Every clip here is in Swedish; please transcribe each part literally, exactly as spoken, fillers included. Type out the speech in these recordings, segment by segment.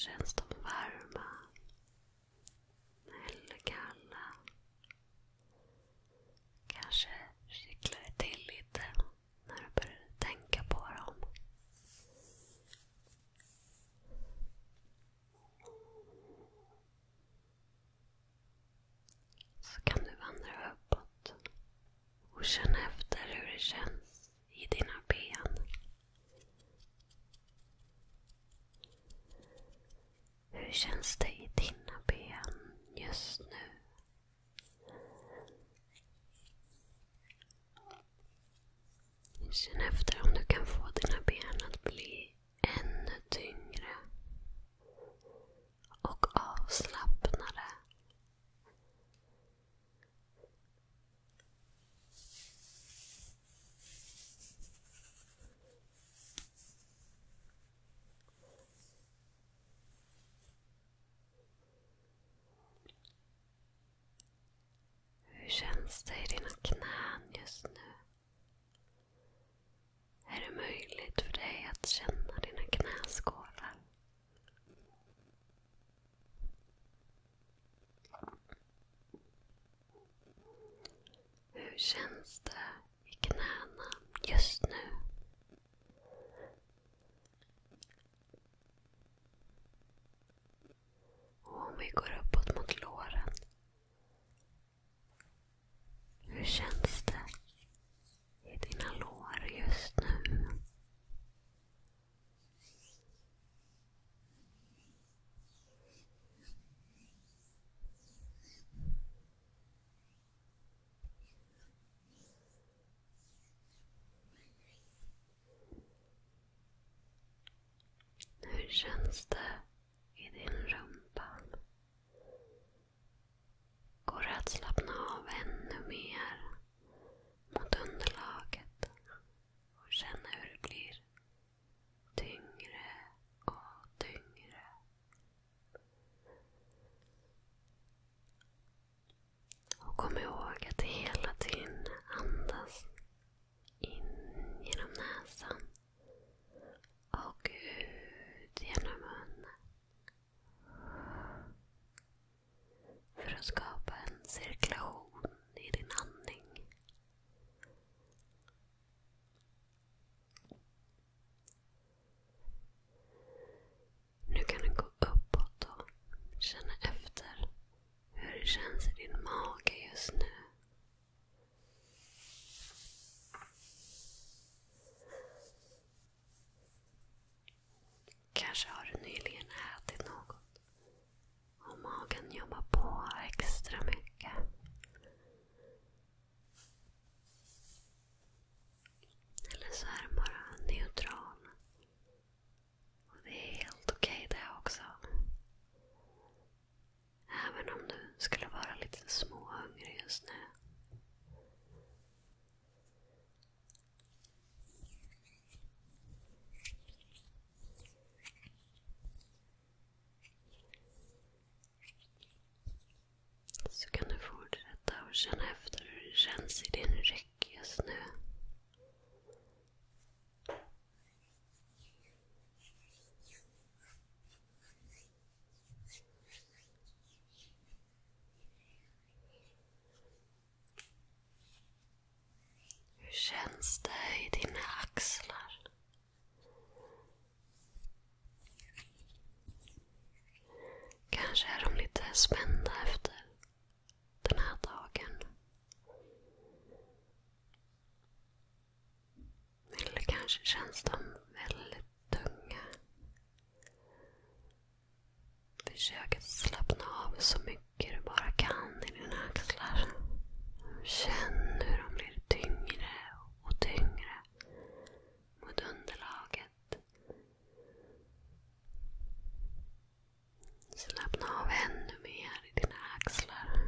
Känns de varma eller kalla? Kanske kittlar det till lite när du börjar tänka på dem. Så kan du vandra uppåt och känna efter hur det känns i dina ben. Hur känns det i dina ben just nu? Känn efter om du kan få dina ben att bli ännu tyngre och avslappnade. Hur känns det i dina knän just nu? Är det möjligt för dig att känna dina knäskålar? Hur känns det i knäna just nu? Och om vi går uppåt mot låren. Hur känns det i dina lår just nu? Hur känns det i din rumpa? Går det att slappna av ännu mer mot underlaget och känna hur det blir tyngre och tyngre? Och kom ihåg att hela tiden andas in genom näsan och ut genom munnen för att skapa en cirkulation i din andning. Nu kan du gå uppåt och känna efter hur det känns i din mage just nu. Kanske har du nyligen ätit något och magen jobbar på extra mycket. Eller så är den bara neutral. Och det är helt okej det också. Även om du skulle vara lite småhungrig just nu. Så kan du fortsätta och känna efter hur det känns i din rygg just nu. Hur känns det i dina axlar? Kanske är de lite spända efter den här dagen. Eller kanske känns de väldigt tunga. Försök att slappna av så mycket du bara kan i dina axlar. Känn hur de blir tyngre och tyngre mot underlaget. Slappna av ännu mer i dina axlar.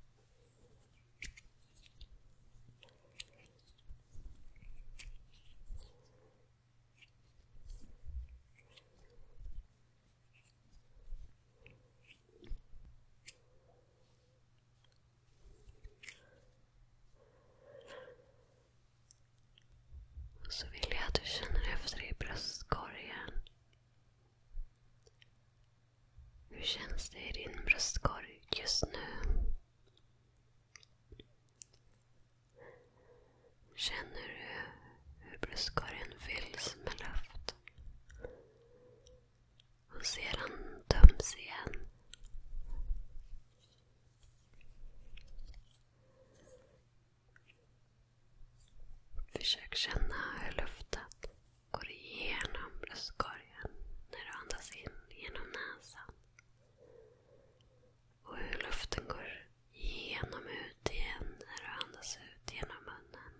Så vill jag att du känner efter i bröstkorgen. känns det i din bröstkorg just nu? Känner du hur bröstkorgen fylls med luft och sedan töms igen? Försök känna hur luften går igenom bröstkorgen när du andas in genom näsan. Och hur luften går igenom ut igen när du andas ut genom munnen.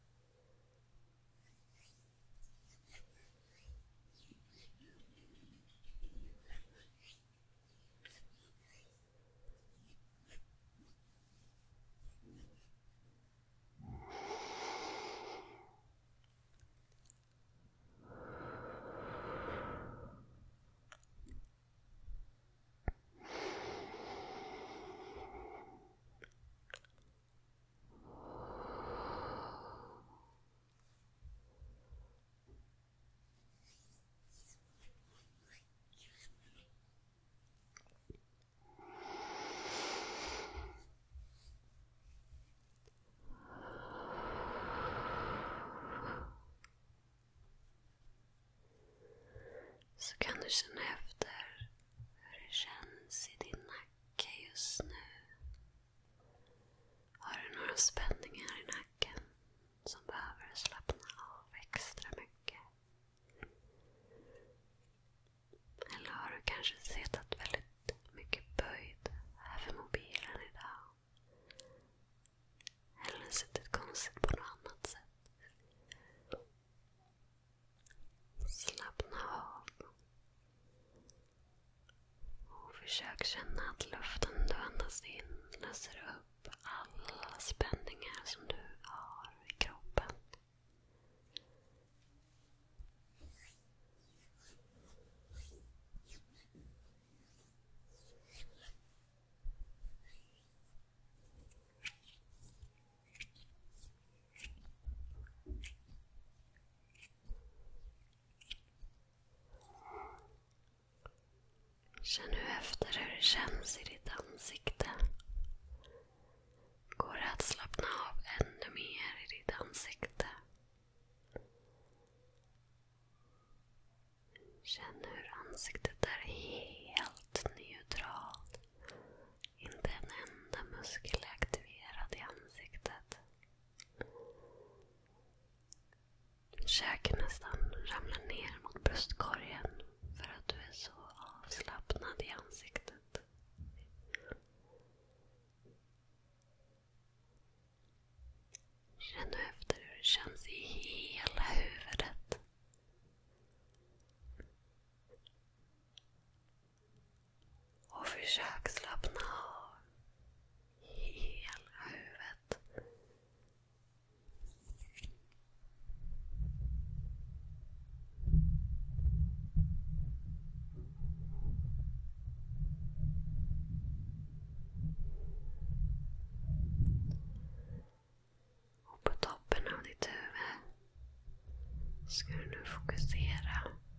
Så kan du känna efter hur det känns i din nacke just nu. Har du några spänningar i nacken som behöver slappna av extra mycket? Eller har du kanske suttit väldigt mycket böjd över mobilen idag? Eller suttit konstigt på något annat sätt? Slappna av. Och försök känna att luften du andas in löser upp alla spänningar som du har i kroppen. Känn nu efter hur det känns i ditt ansikte. Går det att slappna av ännu mer i ditt ansikte? Känn hur ansiktet är helt neutralt. Inte en enda muskel är aktiverad i ansiktet. Käken nästan ramlar ner mot bröstkorgen för att du är så avslappnad i ansiktet. Känn efter hur det känns i hela huvudet. Och försök slappna av hela huvudet. Och på toppen av ditt huvud ska du nu fokusera